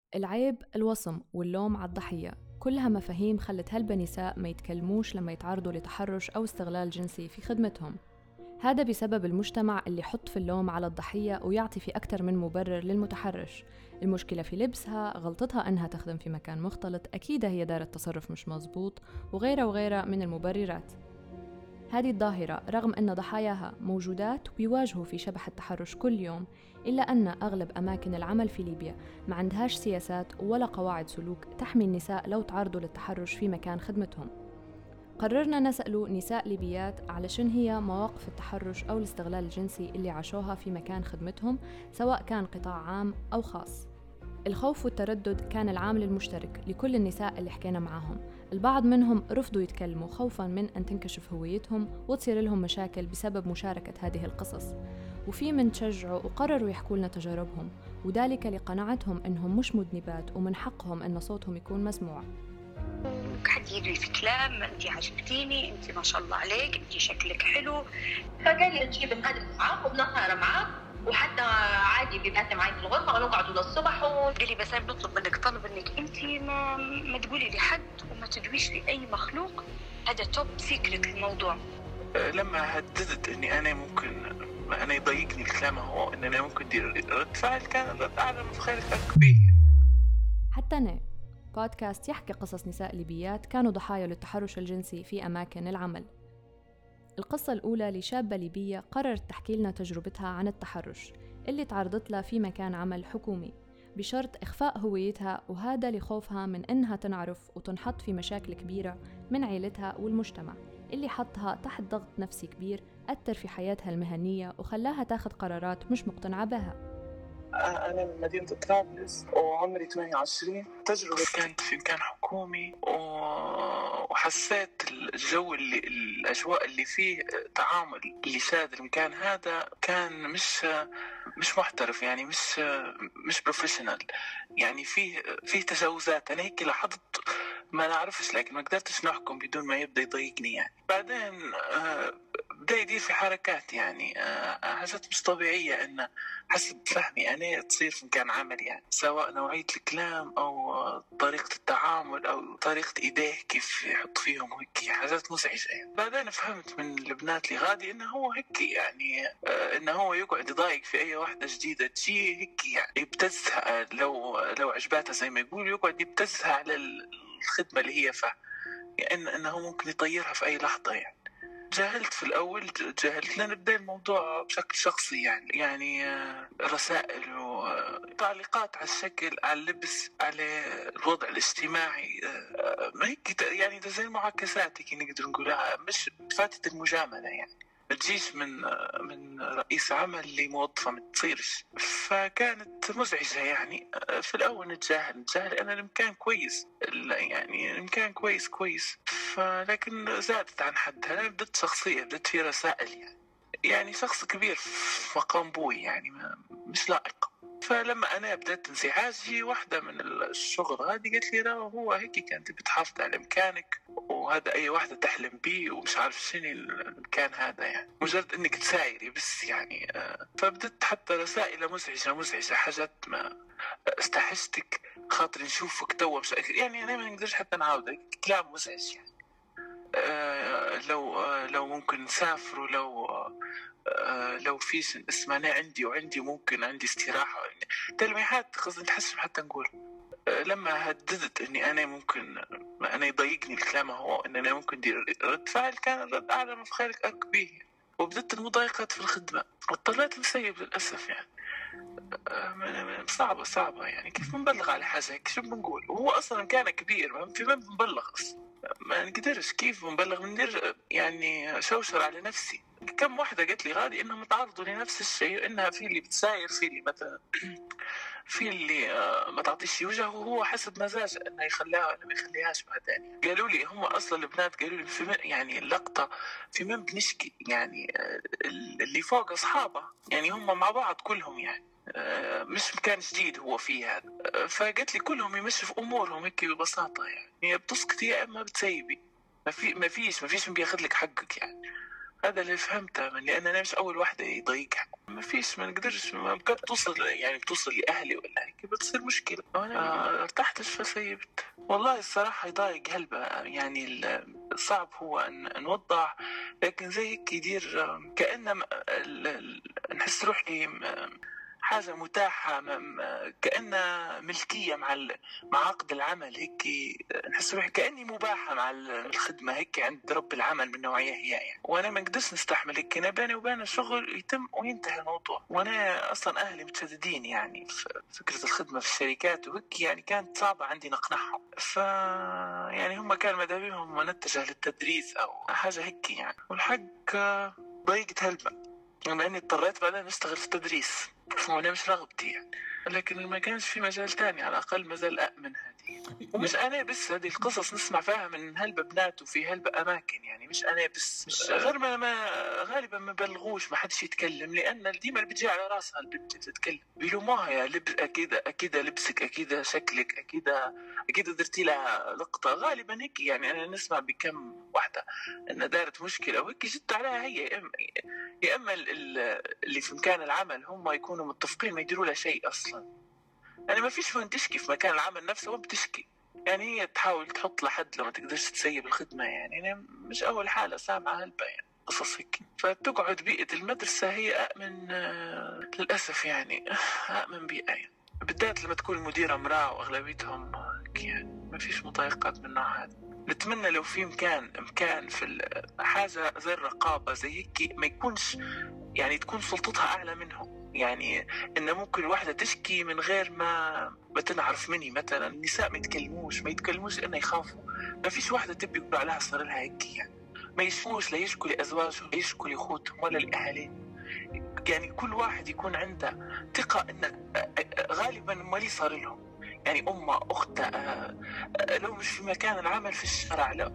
العيب، الوصم واللوم على الضحية كلها مفاهيم خلت هالبنساء ما يتكلموش لما يتعرضوا لتحرش أو استغلال جنسي في خدمتهم. هذا بسبب المجتمع اللي يحط في اللوم على الضحية ويعطي في أكثر من مبرر للمتحرش. المشكلة في لبسها، غلطتها أنها تخدم في مكان مختلط، أكيد هي دارت تصرف مش مزبوط، وغيرها وغيرها من المبررات. هذه الظاهرة رغم أن ضحاياها موجودات وبيواجهوا في شبح التحرش كل يوم، إلا أن أغلب أماكن العمل في ليبيا ما عندهاش سياسات ولا قواعد سلوك تحمي النساء لو تعرضوا للتحرش في مكان خدمتهم. قررنا نسأل نساء ليبيات على شن هي مواقف التحرش أو الاستغلال الجنسي اللي عاشوها في مكان خدمتهم، سواء كان قطاع عام أو خاص. الخوف والتردد كان العامل المشترك لكل النساء اللي حكينا معاهم. البعض منهم رفضوا يتكلموا خوفاً من أن تنكشف هويتهم وتصير لهم مشاكل بسبب مشاركة هذه القصص، وفي من تشجعوا وقرروا يحكوا لنا تجاربهم، وذلك لقناعتهم أنهم مش مذنبات ومن حقهم أن صوتهم يكون مسموع. حد يجي في كلام: انت عجبتيني، انت ما شاء الله عليك، انت شكلك حلو. فقال لي نجيب هذا معاك وبنسهر معاك، وحتى عادي بيبات معي في الغرفه ونقعد للصبح. وقال لي بس انا بطلب منك طلب انك انت ما تقولي لحد وما تدويش لاي مخلوق، هذا توب سيكريت الموضوع. لما هددت اني انا ممكن انا يضايقني الكلام هو ان انا ممكن دير رد فعل، كان الرد اعلى من خير كبير. حتى أنا بودكاست يحكي قصص نساء ليبيات كانوا ضحايا للتحرش الجنسي في أماكن العمل. القصة الأولى لشابة ليبية قررت تحكي لنا تجربتها عن التحرش اللي تعرضت له في مكان عمل حكومي بشرط إخفاء هويتها، وهذا لخوفها من إنها تنعرف وتنحط في مشاكل كبيرة من عيلتها والمجتمع اللي حطها تحت ضغط نفسي كبير أثر في حياتها المهنية وخلاها تاخد قرارات مش مقتنعة بها. أنا من مدينة طرابلس وعمري 28. تجربة كانت في مكان حكومي وحسيت الجو الأجواء اللي فيه تعامل اللي ساد المكان هذا كان مش محترف، يعني مش بروفيشنال، يعني فيه تجاوزات. أنا هيك لاحظت، ما نعرفش لكن ما قدرتش نحكم بدون ما يبدأ يضايقني يعني. بعدين بدأ يدير في حركات، يعني حاجات مش طبيعية إن حسب فهمي أنا تصير في مكان عمل، يعني سواء نوعية الكلام أو طريقة التعامل أو طريقة إيديه كيف يحط فيهم، هيك حاجات مزعجة يعني. بعدين فهمت من البنات اللي غادي إنه هو هيك، يعني إنه هو يقعد يضايق في أي واحدة جديدة تجي هيك، يعني يبتزها لو عجباتها زي ما يقول، يقعد يبتزها على الخدمة اللي هي فيها، يعني إنه ممكن يطيرها في أي لحظة يعني. جاهلت في الأول، جاهلت لأن بدأ الموضوع بشكل شخصي، يعني رسائل وتعليقات على الشكل، على اللبس، على الوضع الاجتماعي، ما هيك يعني ده زي المعاكسات هيك نقدر نقولها، مش فاتت المجاملة يعني. ما تجيش من رئيس عمل لموظفة، ما تصيرش. فكانت مزعجة يعني. في الأول نتجاهل أنا المكان كويس، يعني المكان كويس، فلكن زادت عن حدها. أنا بدت شخصية، بدت في رسائل، يعني شخص كبير في مقام بوي، يعني مش لائق. فلما أنا بدأت انزعاجي، واحدة من الشغل هذه قالت لي: لا، هو هيك كانت بتحافظ على مكانك، وهذا أي واحدة تحلم بيه، ومش عارف شنو المكان هذا، يعني مجرد إنك تسايري بس يعني. فبدأت حتى رسائل مزعجة، حاجات ما استحشتك خاطر نشوفك توا، يعني أنا ما نقدرش حتى نعاودك، كلام مزعج يعني. لو ممكن نسافر، لو في اسم أنا عندي ممكن عندي استراحة، تلميحات قصدي تحسب حتى نقول. لما هددت إني أنا ممكن أنا يضايقني الكلام هو إن أنا ممكن دير رد فعل، كان الرد أعلى من خيرك أكبيه. وبدت المضايقات في الخدمة، واضطريت نسيب للأسف يعني. صعبة يعني. كيف بنبلغ على حاجة هيك؟ شو بنقول؟ وهو أصلا كان كبير، في من بنبلغ أصلا؟ ما نقدرش. كيف بنبلغ؟ بندير يعني شوشر على نفسي. كم واحدة قالت لي غادي إنهم تعرضوا لنفس الشيء، إنها في اللي بتساير، في اللي مثلا في اللي ما تعطيش وجهه، وهو حسب مزاجه انه يخليها ولا ما يخليهاش. بعدين قالوا لي هم اصلا البنات، قالوا لي يعني اللقطه في من بنشكي يعني، اللي فوق اصحابه، يعني هم مع بعض كلهم يعني، مش مكان جديد هو فيه هذا. فقالت لي كلهم يمشوا في امورهم هيك ببساطه، يعني بتسكتي يا اما بتسيبي، ما فيش من بياخذ لك حقك يعني. هذا اللي فهمته، من لأن أنا مش أول واحدة يضايقها. ما فيش، ما نقدرش، ما بتوصل يعني بتوصل لأهلي ولا هيك بتصير مشكلة. أنا ارتحتش فسيبت. والله الصراحة يضايق هلبة، يعني الصعب هو أن نوضح، لكن زي هيك يدير كأن نحس روحي حاجة متاحة، كأنها ملكية مع عقد العمل هيك. نحس روحي كأني مباحة مع الخدمة هيك عند رب العمل من نوعية هي يعني. وأنا ما قدرش نستحمل هيك. أنا بيني وبين الشغل يتم وينتهي الموضوع. وأنا أصلا أهلي متشددين يعني في فكرة الخدمة في الشركات وهيك، يعني كانت صعبة عندي نقنعهم. يعني هم كان مدابيهم نتجه للتدريس أو حاجة هيك يعني. والحق ضيقت هلبة لأني اضطريت بعدين أشتغل في التدريس، وأنا مش رغبتي يعني. لكن ما كانش في مجال تاني، على الأقل مازال أأمن هذه. ومش أنا بس، هذه القصص نسمع فيها من هلبة بنات وفي هلبة أماكن يعني. مش أنا بس، مش غير ما غالبا ما بلغوش، ما حدش يتكلم، لأن ديما اللي بتجي على راسها البنت تتكلم. بيلوموها يا أكيد لبسك، أكيد شكلك، أكيد درتي لها لقطة. غالبا هيك يعني. أنا نسمع بكم واحدة أن دارت مشكلة وهيك جدت عليها هي. يا إما اللي في مكان العمل هم يكونوا متفقين ما يديروا لها شيء أصلا. يعني ما فيش وين تشكي في مكان العمل نفسه، وين بتشكي يعني. هي تحاول تحط لحد لما تقدرش تسيب الخدمة يعني. أنا مش أول حالة سامعة هلبة يعني قصص هيك. فتقعد بيئة المدرسة هي أأمن للأسف يعني. أأمن بيئة يعني، بالذات لما تكون المديرة امرأة وأغلبيتهم يعني. ما فيش مضايقات من النوع هذا. نتمنى لو في إمكان في حاجة زي الرقابة زي هيك، ما يكونش يعني تكون سلطتها أعلى منهم. يعني إن ممكن واحدة تشكي من غير ما تنعرف مني. مثلا النساء ما يتكلموش إنه يخافوا. ما فيش واحدة تبي يقول عليها صار لها هيك يعني. ما يشكوش، لا يشكوا لأزواجهم، لا يشكوا لأخوتهم ولا لأهاليهم. يعني كل واحد يكون عنده ثقة إن غالبا ما لي صار لهم يعني. أمه، أختها، لو مش في مكان العمل في الشارع، لا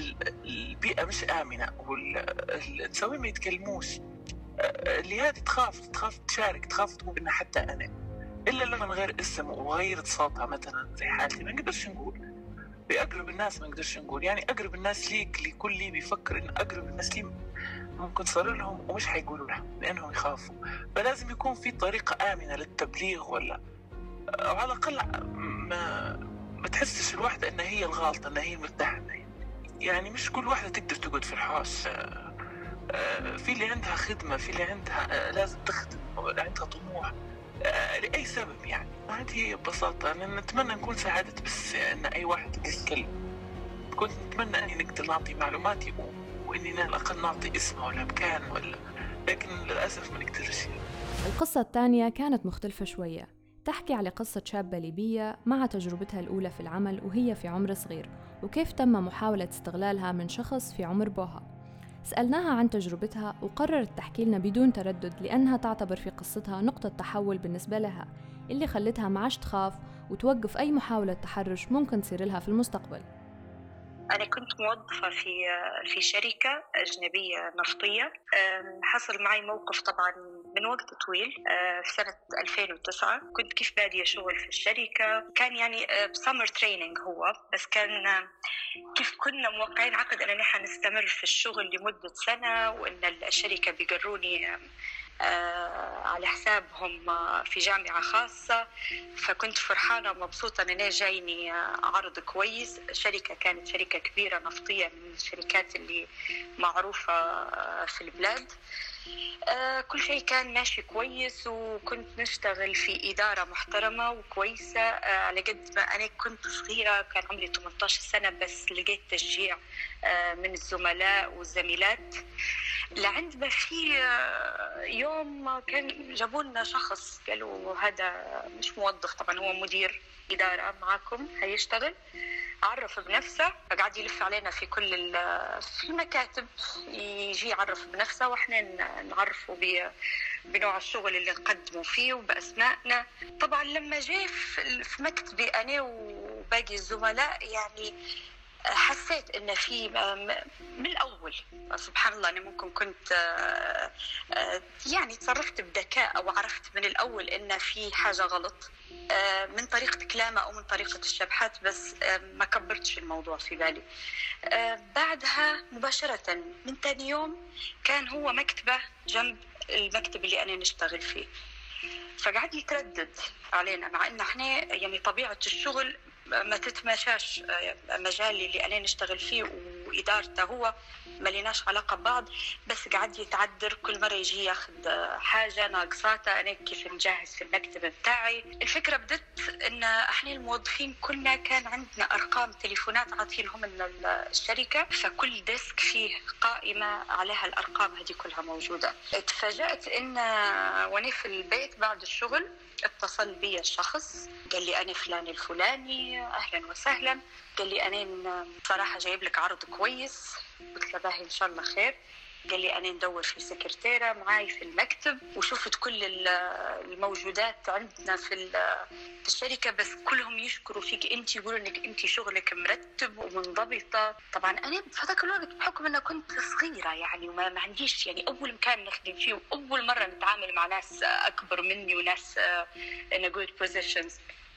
البيئة مش آمنة والنسوي ما يتكلموش. اللي هذه تخاف تشارك، تخاف تقول إن حتى أنا إلا لما من غير اسم وغيرت صوتها مثلا زي حالتي ما نقدرش نقول. بأقرب الناس ما نقدرش نقول يعني. أقرب الناس ليك لكل اللي بيفكر إن أقرب الناس لي ممكن صار لهم ومش حيقولوا لها لأنهم يخافوا. فلازم يكون في طريقة آمنة للتبليغ، ولا أو على الأقل ما تحسش الواحدة إن هي الغلطة، إن هي المتهمة يعني. مش كل واحدة تقدر تقعد في الحوش. في اللي عندها خدمة، في اللي عندها لازم تخدم، عندها طموح لأي سبب يعني. هذه ببساطة. أنا نتمنى نكون ساعدت بس إن أي واحد يتكلم. كنت نتمنى أني نقدر نعطي معلوماتي وإني على الأقل نعطي اسمه ولا مكان لكن للأسف ما نقدرش. القصة الثانية كانت مختلفة شوية، تحكي على قصة شابة ليبية مع تجربتها الأولى في العمل وهي في عمر صغير، وكيف تم محاولة استغلالها من شخص في عمر بوها. سألناها عن تجربتها وقررت تحكي لنا بدون تردد، لأنها تعتبر في قصتها نقطة تحول بالنسبة لها اللي خلتها ما عادش تخاف وتوقف أي محاولة تحرش ممكن تصير لها في المستقبل. أنا كنت موظفة في شركة أجنبية نفطية. حصل معي موقف طبعا من وقت طويل في سنة 2009. كنت كيف بادية شغل في الشركة، كان يعني سمر تريننج هو، بس كان كيف كنا موقعين عقد أننا نحن نستمر في الشغل لمدة سنة، وأن الشركة بيقروني على حسابهم في جامعة خاصة. فكنت فرحانة ومبسوطة أن أنا جايني عرض كويس. شركة كانت شركة كبيرة نفطية من الشركات اللي معروفة في البلاد. كل شيء كان ماشي كويس، وكنت نشتغل في إدارة محترمة وكويسة. على قد ما أنا كنت صغيرة، كان عمري 18 سنة، بس لقيت تشجيع من الزملاء والزميلات. لعندما في يوم كان جابولنا شخص قالوا هذا مش موظف، طبعا هو مدير إدارة معاكم هيشتغل. عرف بنفسه، فقعد يلف علينا في كل في المكاتب، يجي يعرف بنفسه واحنا نعرفه بنوع الشغل اللي نقدمه فيه وبأسمائنا. طبعا لما جاء في مكتبي أنا وباقي الزملاء، يعني حسيت ان في من الاول سبحان الله انا ممكن كنت يعني تصرفت بذكاء او عرفت من الاول ان في حاجه غلط من طريقه كلامه او من طريقه الشبحات، بس ما كبرتش الموضوع في بالي. بعدها مباشره من ثاني يوم كان هو مكتبه جنب المكتب اللي انا نشتغل فيه، فقعد يتردد علينا مع ان احنا يعني طبيعه الشغل ما تتماشاش، مجالي اللي أنا نشتغل فيه وإدارته هو ما لناش علاقة ببعض، بس قاعد يتعذر كل مرة يجي ياخذ حاجة ناقصاته أنا كيف نجهز في المكتب بتاعي. الفكرة بدت إن إحنا الموظفين كلنا كان عندنا أرقام تليفونات عاطينهم من الشركة، فكل ديسك فيه قائمة عليها الأرقام هذه كلها موجودة. اتفاجأت إن وأنا في البيت بعد الشغل اتصل بي الشخص قال لي أنا فلان الفلاني أهلا وسهلا، قال لي أنا صراحة جايب لك عرض كويس. قلت له باهي إن شاء الله خير. قال لي أنا ندور في سكرتيرة معاي في المكتب وشفت كل الموجودات عندنا في الشركة، بس كلهم يشكروا فيك أنت، يقولوا إنك أنت شغلك مرتب ومنضبطة. طبعا أنا في هذاك الوقت بحكم إن كنت صغيرة يعني وما عنديش يعني أول مكان نخدم فيه وأول مرة نتعامل مع ناس أكبر مني وناس in a good positions.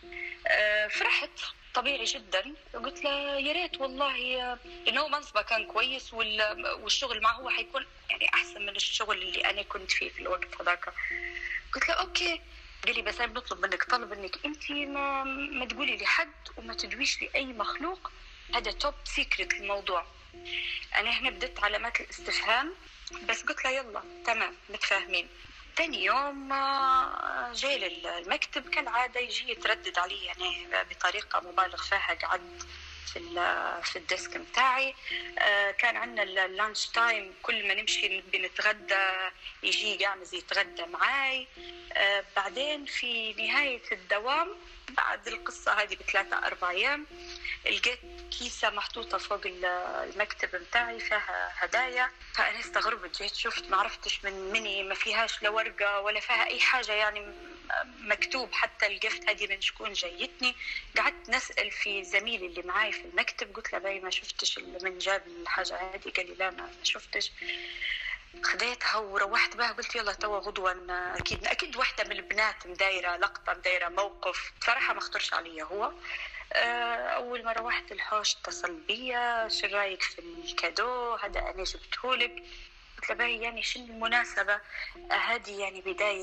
فرحت طبيعي جدا، قلت له يا ريت والله انه منصبه كان كويس والشغل معه هو حيكون يعني احسن من الشغل اللي انا كنت فيه في الوقت هذاك. قلت له اوكي. قال لي بس انا بنطلب منك طلب انك انت ما تقولي لحد وما تدويش لاي مخلوق، هذا توب سيكريت الموضوع. انا هنا بدت علامات الاستفهام بس قلت له يلا تمام متفاهمين. ثاني يوم جاي للمكتب كالعادة يجي يتردد علي يعني بطريقة مبالغ فيها. قعد في الديسك متاعي، كان عندنا اللانش تايم كل ما نمشي بنتغدى يجي قاعد يتغدى معاي. بعدين في نهاية الدوام بعد القصة هذه ب3-4 أيام لقيت كيسة محطوطة فوق المكتب متاعي فيها هدايا. فأنا استغربت، جيت شفت ما عرفتش من مني، ما فيهاش لا ورقة ولا فيها أي حاجة يعني مكتوب حتى الجفت هذه من شكون جايتني. قعدت نسأل في زميلي اللي معاي في المكتب، قلت له باي ما شفتش من جاب الحاجة هذه. قال لي لا ما شفتش. خديتها وروحت بها، قلت يلا توا غدوة أكيد واحدة من البنات مدايرة لقطة مدايرة موقف. بصراحة ما خطرش علي هو. أول ما روحت الحوش اتصل بيا، شو رأيك في الكادو هذا أنا جبتهولك؟ قلت له باهي يعني شنو المناسبة هذه يعني بداية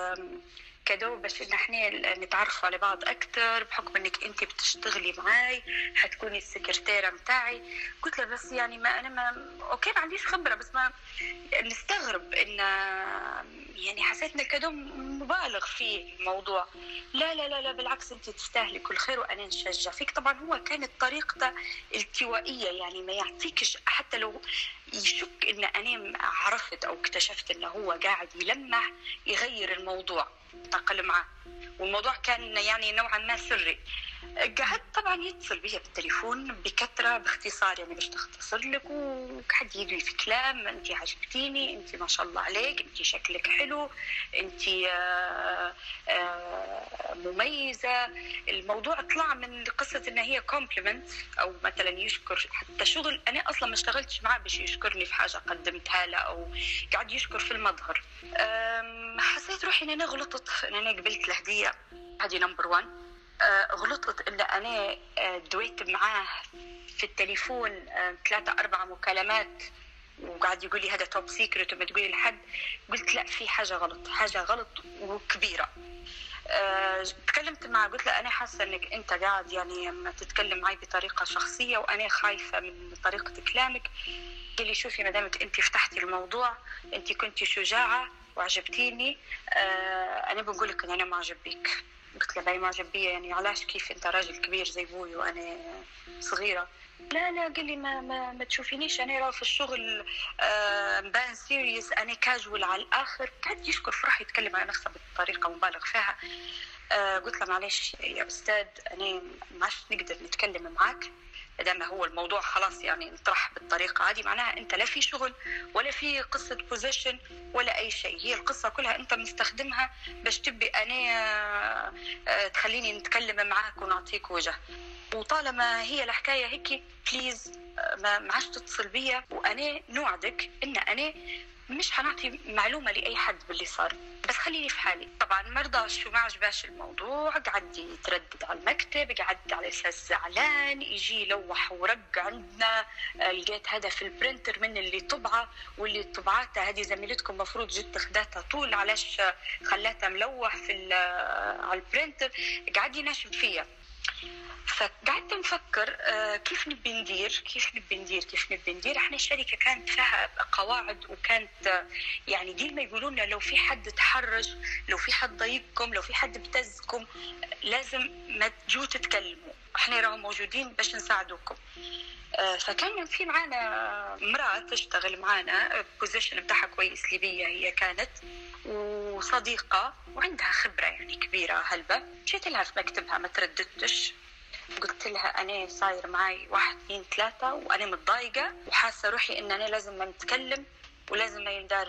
كادو باش إن احنا نتعرف على بعض أكتر بحكم إنك أنت بتشتغلي معاي حتكوني السكرتيرة متاعي. قلت له بس يعني ما أنا ما أوكي ما عنديش خبرة، بس ما نستغرب إن يعني حسيت إن الكادو مبالغ فيه الموضوع. لا لا لا لا بالعكس أنت تستاهلي كل خير وأنا نشجع فيك. طبعا هو كانت طريقته التوائية يعني ما يعطيكش حتى لو يشك إن أنا عرفت أو اكتشفت إنه هو قاعد يلمح يغير الموضوع تقل معه، والموضوع كان يعني نوعا ما سري. قعدت طبعا يتصل بي بالتليفون بكثرة باختصار يعني باش تختصر لك، وقعد يجي في كلام انت عجبتيني، انت ما شاء الله عليك، انت شكلك حلو، انت مميزة. الموضوع طلع من قصة ان هي كومبلمنت او مثلا يشكر حتى شغل انا اصلا ما اشتغلتش معاه باش يشكرني في حاجة قدمتها له، او قاعد يشكر في المظهر. حسيت روحي ان انا غلطت ان انا قبلت الهدية هذه نمبر 1. غلطت ان انا دويت معاه في التليفون 3-4 مكالمات وقاعد يقول لي هذا توب سيكريت وما تقولي لحد. قلت لا في حاجة غلط وكبيرة. تكلمت معه قلت له أنا حاسة أنك أنت قاعد يعني ما تتكلم معي بطريقة شخصية وأنا خايفة من طريقة كلامك. قال لي شوفي مدامك أنت فتحتي الموضوع، أنت كنت شجاعة وعجبتيني، أنا بقول لك أن أنا ما عجبك. قلت له باي ما عجبيه يعني علاش كيف أنت راجل كبير زي بوي وأنا صغيرة؟ لا قال لي ما تشوفينيش أنا راه في الشغل بان سيريس، أنا كاجوال على الآخر. قاعد يشكر فرح يتكلم عن نفسه بطريقة مبالغ فيها. قلت له معلش يا أستاذ أنا ما عادش نقدر نتكلم معاك، دام هو الموضوع خلاص يعني انطرح بالطريقة هذه، معناها أنت لا في شغل ولا في قصة بوزيشن ولا أي شيء. هي القصة كلها أنت مستخدمها باش تبي أنا تخليني نتكلم معاك ونعطيك وجه. وطالما هي الحكاية هيك بليز ما عادش تتصل بيا، وأنا نوعدك إن أنا مش حنعطي معلومة لأي حد باللي صار، بس خليني في حالي. طبعا مرضاش وما عجباش الموضوع، قعد يتردد على المكتب، قعد على أساس زعلان، يجي لوح ورق عندنا. لقيت هذا في البرينتر من اللي طبعه، واللي طبعاتها هذه زميلتكم مفروض جت خداتها طول، علاش خلاتها ملوح في على البرينتر. قعد يناشب فيها. فقعدت نفكر كيف نبي ندير. احنا الشركة كانت فيها قواعد، وكانت يعني ديما يقولوا لنا لو في حد تحرج، لو في حد ضايقكم، لو في حد ابتزكم، لازم ما تجوا تتكلموا، احنا راهم موجودين باش نساعدوكم. فكان في معانا امرأة تشتغل معانا، بوزيشن بتاعها كويس ليبية هي كانت، وصديقة وعندها خبرة يعني كبيرة هلبة. جيت لها في مكتبها ما ترددتش، قلت لها أنا صاير معي 1 2 3 وأنا متضايقة وحاسة روحي إن أنا لازم نتكلم ولازم يندار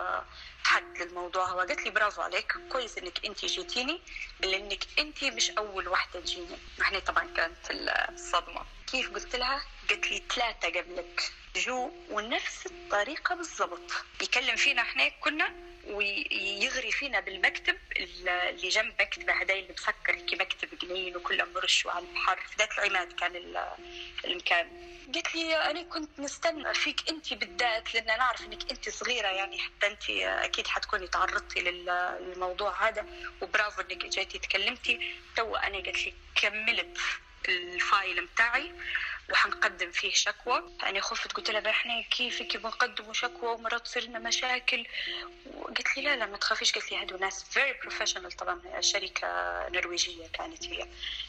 حد للموضوع. هو قالت لي برافو عليك، كويس إنك أنت جيتيني، لأنك أنت مش أول واحدة تجيني. إحنا طبعا كانت الصدمة. كيف قلت لها؟ قالت لي 3 قبلك جو ونفس الطريقة بالضبط، يكلم فينا إحنا كنا ويغري فينا بالمكتب اللي جنب مكتبه هداي اللي مسكر كي مكتب جنين وكله مرش وعلى البحر. في ذاك العماد كان المكان. قلت لي أنا كنت نستنى فيك أنت بالذات، لأن نعرف إنك أنت صغيرة يعني، حتى أنت أكيد حتكوني تعرضتي للموضوع هذا، وبرافو إنك جيتي تكلمتي. تو أنا قلت لي كملت الفايل متاعي وحنقدم فيه شكوى. أنا خفت، قلت لها إحنا كيفك بنقدموا شكوى ومرات تصير لنا مشاكل؟ وقلت لي لا ما تخافيش. قلت لي هادو ناس very professional، طبعا شركة نرويجية كانت هي.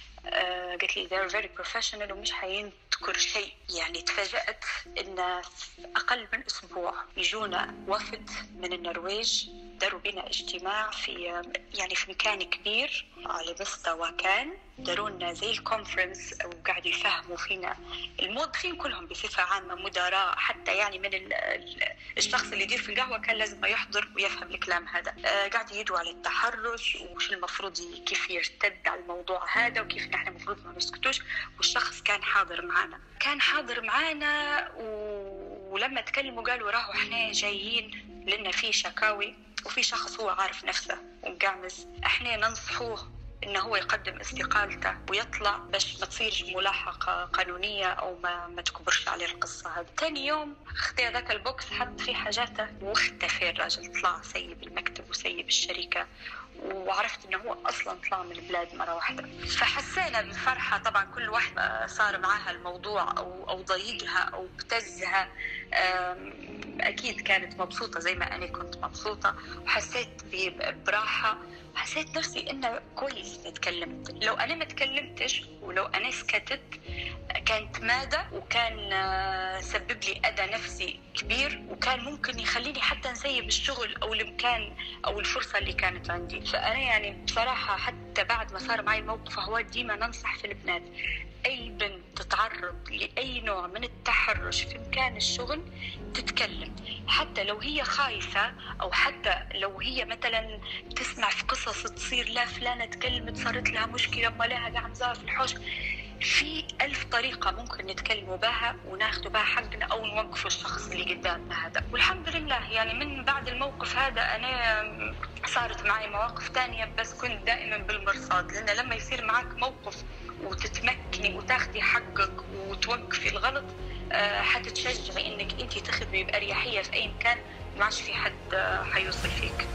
قلت لي they're very professional ومش حينذكر شيء. يعني تفاجأت إن أقل من أسبوع يجونا وفد من النرويج، داروا بنا اجتماع في مكان كبير على مستوى، كان دارونا زي الكونفرنس وقاعد يفهموا فينا الموظفين كلهم بصفة عامة، مدراء حتى، يعني من الشخص اللي يدير في القهوة كان لازم يحضر ويفهم الكلام هذا. قاعد يدوا على التحرش وش المفروض كيف يرتد على الموضوع هذا وكيف نحن المفروض ما نسكتوش. والشخص كان حاضر معنا ولما تكلموا قالوا راهو احنا جايين لنا في شكاوي وفي شخص هو عارف نفسه ومقعمز، احنا ننصحوه انه هو يقدم استقالته ويطلع باش ما تصيرش ملاحقة قانونية او ما تكبرش عليه القصة هذه. تاني يوم اختي ذاك البوكس حط فيه حاجاته واختفى الراجل، طلع سيب المكتب وسيب الشركة، وعرفت انه هو اصلا طلع من البلاد مرة واحدة. فحسينا بالفرحة. طبعا كل واحدة صار معها الموضوع او ضايقها او ابتزها، اكيد كانت مبسوطة زي ما انا كنت مبسوطة، وحسيت براحة، حسيت نفسي انه كويس اني تكلمت. لو انا ما تكلمتش ولو انا سكتت كانت مادة، وكان سبب لي اذى نفسي كبير، وكان ممكن يخليني حتى نسيب الشغل او المكان او الفرصة اللي كانت عندي. فانا يعني بصراحة حتى بعد ما صار معي الموقف، هو ديما ننصح في البنات اي بنت تتعرض لاي نوع من التحرش في مكان الشغل تتكلم، حتى لو هي خايفة او حتى لو هي مثلا تسمع في قصص تصير، لا فلانة تكلمت صارت لها مشكلة ما لها قاعدة في الحوش. في 1000 طريقة ممكن نتكلموا بها وناخذوا بها حقنا أو نوقفوا الشخص اللي قدامنا هذا. والحمد لله يعني من بعد الموقف هذا أنا صارت معي مواقف تانية، بس كنت دائما بالمرصاد، لأن لما يصير معك موقف وتتمكني وتاخدي حقك وتوقفي الغلط، حتتشجعي إنك أنت تخدمي بأريحية في أي مكان، ما عادش في حد حيوصل فيك.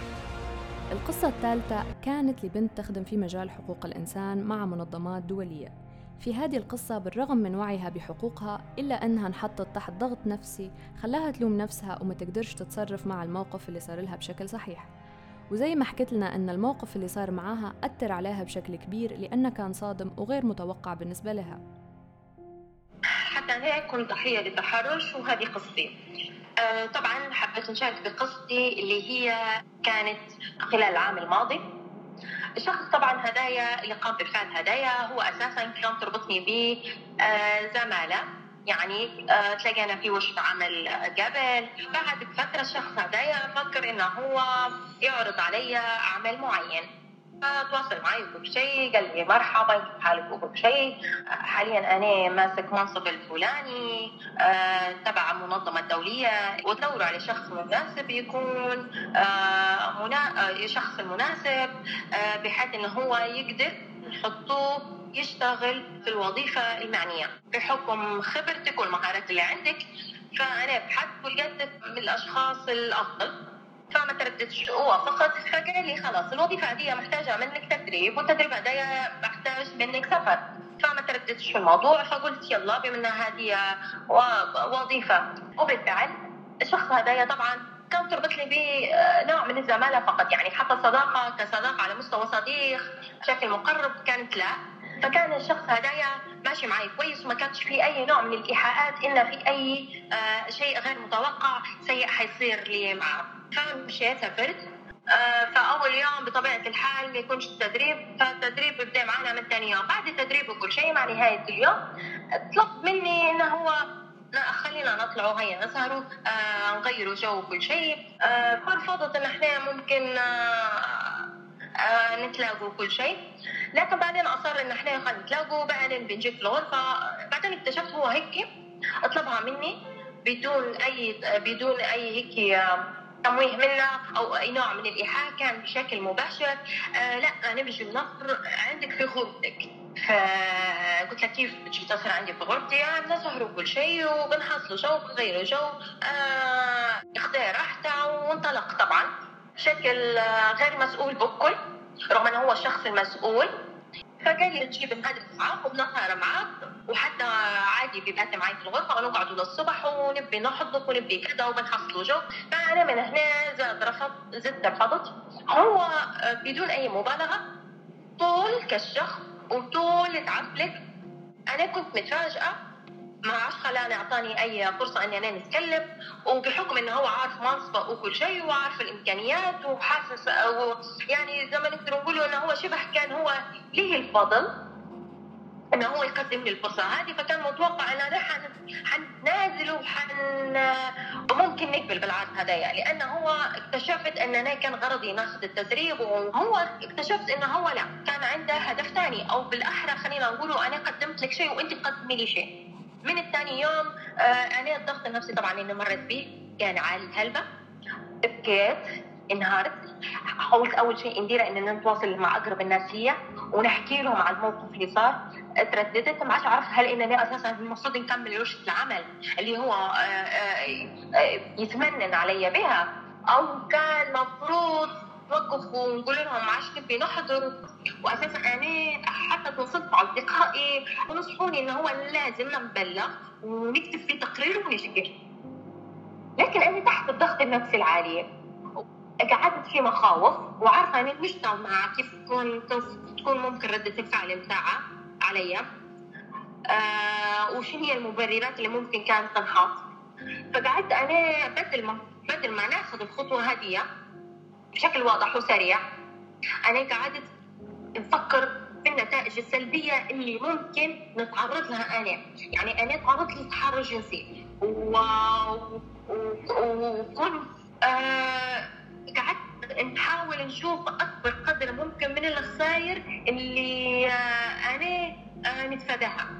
القصة الثالثة كانت لبنت تخدم في مجال حقوق الإنسان مع منظمات دولية. في هذه القصة بالرغم من وعيها بحقوقها إلا أنها انحطت تحت ضغط نفسي خلاها تلوم نفسها وما تقدرش تتصرف مع الموقف اللي صار لها بشكل صحيح. وزي ما حكت لنا أن الموقف اللي صار معاها أثر عليها بشكل كبير لأنه كان صادم وغير متوقع بالنسبة لها. حتى أنا كنت ضحية للتحرش وهذه قصتي. طبعا حبيت نشارك بقصتي اللي هي كانت خلال العام الماضي. الشخص طبعا هدايا اللي قام بفعل هدايا هو أساسا كان تربطني بزمالة، يعني تلاقينا في وش عمل قبل. بعد فترة الشخص هدايا فكر إنه هو يعرض علي عمل معين، فتواصل معي وكل شيء، قال لي مرحبا كيف حالك وكل شيء، حاليا أنا ماسك منصب الفلاني تبع منظمة دولية، وتدوروا على شخص مناسب يكون شخص المناسب بحيث إنه هو يقدر نحطوه يشتغل في الوظيفة المعنية بحكم خبرتك والمهارات اللي عندك. فأنا بحد ولقيتك من الأشخاص الأفضل، فما ترددش وافقت. فقال لي خلاص الوظيفة هذه محتاجة منك تدريب، والتدريب هذا محتاج منك سفر، فما ترددش في الموضوع. فقلت يلا بما أنها هذه وظيفة. وبالفعل الشخص هذا طبعا كان تربط لي بنوع من الزمالة فقط، يعني حتى الصداقة كصداقة على مستوى صديق بشكل مقرب كانت لا. فكان الشخص هدايا ماشي معي كويس، وما كانش في أي نوع من الإيحاءات إن في أي شيء غير متوقع سيء حيصير لي معه. فمشيت سافرت. فأول يوم بطبيعة الحال ما يكونش التدريب، فالتدريب بدأ معنا من ثاني يوم. بعد التدريب وكل شيء مع نهاية اليوم طلب مني إنه هو خلينا نطلعوا هيا نسهروا نغيروا جو وكل شيء. فرفضت إن إحنا ممكن نتلاقوا كل شيء، لكن بعدين أصر إن إحنا خلينا نتلاقوا. بعدين بنجيك في الغرفة. بعدين اكتشفت هو هيك أطلبها مني بدون أي هيك تمويه منه أو أي نوع من الإيحاء، كان بشكل مباشر. لا أنا بجي بنصر عندك في غرفتك. فقلت لك كيف بتجي تصير عندي في غرفتي؟ يعني بنسهروا كل شيء وبنحصلوا جو وبنغيروا جو. اختار راحته وانطلق طبعا بشكل غير مسؤول بكل، رغم أنه هو الشخص المسؤول. فقال لي تجيب الهدف معاك وبنسهر معاك، وحتى عادي بيبات معي في الغرفة ونقعدوا للصبح ونبي نحضك ونبي كذا وبنحصلوا جو. فأنا من هنا زدت رفضت. هو بدون أي مبالغة طول كالشخص وطول تعبلك. أنا كنت متفاجئة، ما عادش خلاني أعطاني أي فرصة أني أنا نتكلم، وبحكم أنه هو عارف منصبه وكل شيء وعارف الإمكانيات وحاسس يعني زي ما نقدر نقوله أنه هو شبه كان هو ليه الفضل أنه هو يقدم لي الفرصة هذه. فكان متوقع أن أنا حننازل وممكن نقبل بالعرض هدايا، لأنه هو اكتشفت أن أنا كان غرضي ناخذ التدريب، وهو اكتشفت أنه هو لا كان عنده هدف ثاني، أو بالأحرى خلينا نقوله أنا قدمت لك شيء وأنت قدمي لي شيء. من الثاني يوم أنا الضغط النفسي طبعا اللي مرت به كان عالي الهلبة، بكيت انهارت. حاولت أول شيء نديره إننا نتواصل مع أقرب الناس لي ونحكي لهم على الموقف اللي صار. ترددت، ما عادش أعرف هل إنني أساسا المفروض نكمل ورشة العمل اللي هو يتمنن علي بها، أو كان مفروض نوقف ونقول لهم ما عادش نبي نحضر. وأساسا أنا حتى توصلت مع أصدقائي ونصحوني إنه هو لازم نبلغ ونكتب في تقرير ونشكر، لكن أنا تحت الضغط النفسي العالي قعدت في مخاوف، وعارفة أنا مش مع كيف تكون ممكن ردة الفعل متاعها عليا، وش هي المبررات اللي ممكن كانت تنحط. فقعدت أنا بدل ما ناخذ الخطوة هذه بشكل واضح وسريع، أنا قعدت نفكر في النتائج السلبية اللي ممكن نتعرض لها. يعني أنا تعرضت لتحرش جنسي وكنت قعدت نحاول نشوف أكبر قدر ممكن من الخسائر اللي أنا نتفاداها.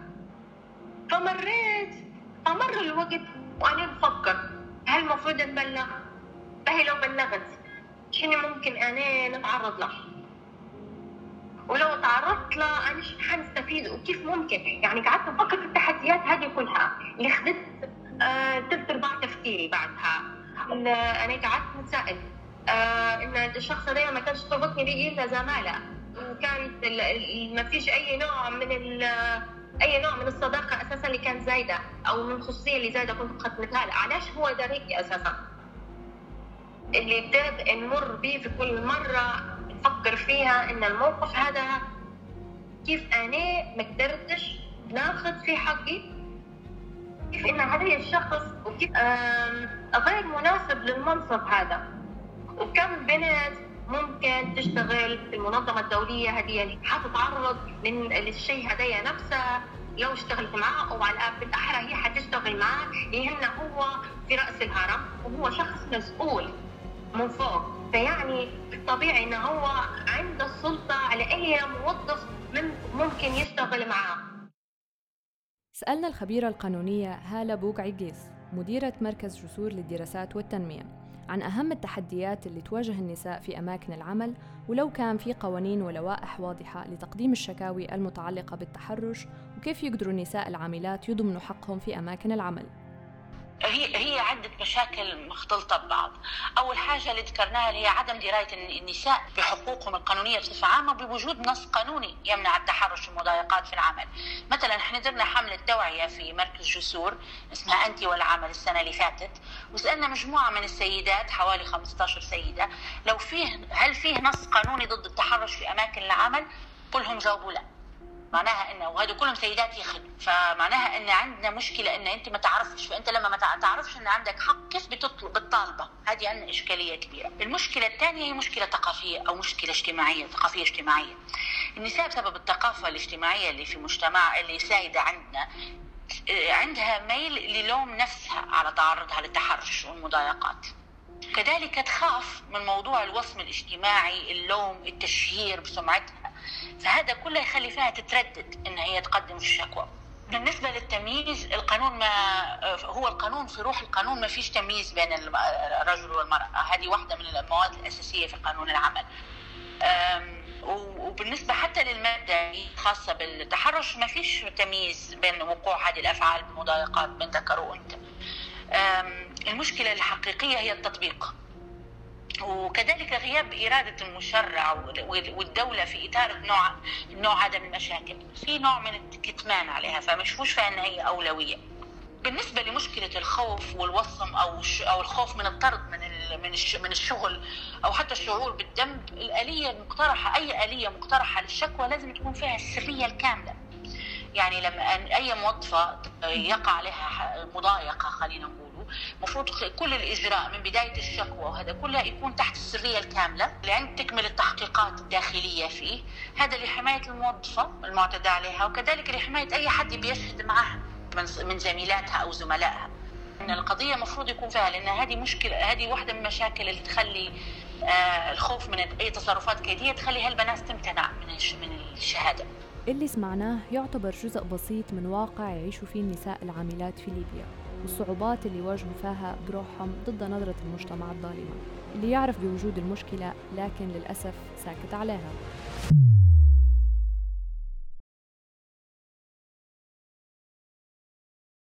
فمر الوقت وأنا بفكر هل المفروض نبلغ؟ فهي لو بلغت شنو ممكن أنا نتعرض له؟ ولو تعرضت له أنا حنستفيد وكيف ممكن؟ يعني قعدت أفكر في التحديات هذه كلها اللي خدت تلت أرباع تفكيري بعدها. أنا قعدت نتساءل إن الشخص هذا ما كانش تربطني به إلا زمالة، وكانت ما فيش أي نوع من الصداقة أساسا اللي كانت زايدة، أو من الخصوصية اللي زايدة كنت قدمتها له. علاش هو ده هيك أساسا اللي بدأت نمر به في كل مرة نفكر فيها إن الموقف هذا كيف أنا ما قدرتش ناخذ في حقي، كيف إن هذا الشخص وكيف غير مناسب للمنصب هذا. وكم بنت ممكن تشتغل في المنظمة الدولية هذه، حتتعرض للشيء هدايا نفسها لو اشتغلت معاه، أو على بالأحرى هي حتشتغل معاه لأنه هو في رأس الهرم وهو شخص مسؤول من فوق، فيعني طبيعي إنه هو عنده السلطة على أي موظف ممكن يشتغل معاه. سألنا الخبيرة القانونية هالة بوقعقيس مديرة مركز جسور للدراسات والتنمية عن أهم التحديات اللي تواجه النساء في أماكن العمل، ولو كان في قوانين ولوائح واضحة لتقديم الشكاوي المتعلقة بالتحرش، وكيف يقدروا النساء العاملات يضمنوا حقهم في أماكن العمل. هي عدة مشاكل مختلطة ببعض. أول حاجة اللي ذكرناها هي عدم دراية النساء بحقوقهم القانونية بصفة عامة بوجود نص قانوني يمنع التحرش والمضايقات في العمل. مثلا احنا درنا حملة توعية في مركز جسور اسمها أنت والعمل السنة اللي فاتت، وسألنا مجموعة من السيدات حوالي 15 سيدة هل فيه نص قانوني ضد التحرش في أماكن العمل؟ كلهم جاوبوا لا. معناها انه وهذا كلهم سيدات يخدموا، فمعناها ان عندنا مشكله ان انت ما تعرفش، فانت لما ما تعرفش ان عندك حق كيف بالطالبه؟ هذه عندنا اشكاليه كبيره. المشكله الثانيه هي مشكله ثقافيه او مشكله اجتماعيه، ثقافيه اجتماعيه. النساء بسبب الثقافه الاجتماعيه اللي في مجتمع اللي سائده عندنا عندها ميل للوم نفسها على تعرضها للتحرش والمضايقات. كذلك تخاف من موضوع الوصم الاجتماعي، اللوم، التشهير بسمعتها، فهذا كله يخلي فيها تتردد ان هي تقدم الشكوى. بالنسبه للتمييز، القانون هو القانون في روح القانون ما فيش تمييز بين الرجل والمراه، هذه واحده من المواد الاساسيه في قانون العمل. وبالنسبه حتى للماده الخاصه بالتحرش ما فيش تمييز بين وقوع هذه الافعال بالمضايقات بين ذكر وانثى. المشكله الحقيقيه هي التطبيق، وكذلك غياب إرادة المشرع والدولة في إثارة النوع هذا من المشاكل. في نوع من الكتمان عليها، فمشفوش فيها أنها هي أولوية. بالنسبة لمشكلة الخوف والوصم أو الخوف من الطرد من الشغل أو حتى الشعور بالذنب، الآلية المقترحة، أي آلية مقترحة للشكوى لازم تكون فيها السرية الكاملة. يعني لما أي موظفة يقع عليها مضايقة، خلينا نقول، مفروض كل الإجراء من بداية الشكوى وهذا كلها يكون تحت السرية الكاملة لأن تكمل التحقيقات الداخلية فيه، هذا لحماية الموظفة المعتدى عليها، وكذلك لحماية أي حد بيشهد معها من زميلاتها أو زملائها. إن القضية مفروض يكون فيها، لأن هذه مشكلة، هذه واحدة من المشاكل اللي تخلي الخوف من أي تصرفات كيدية تخلي هالبنات تمتنع من الشهادة. اللي سمعناه يعتبر جزء بسيط من واقع يعيشوا فيه النساء العاملات في ليبيا، والصعوبات اللي يواجهوا فيها بروحهم ضد نظرة المجتمع الظالمة اللي يعرف بوجود المشكلة لكن للأسف ساكت عليها.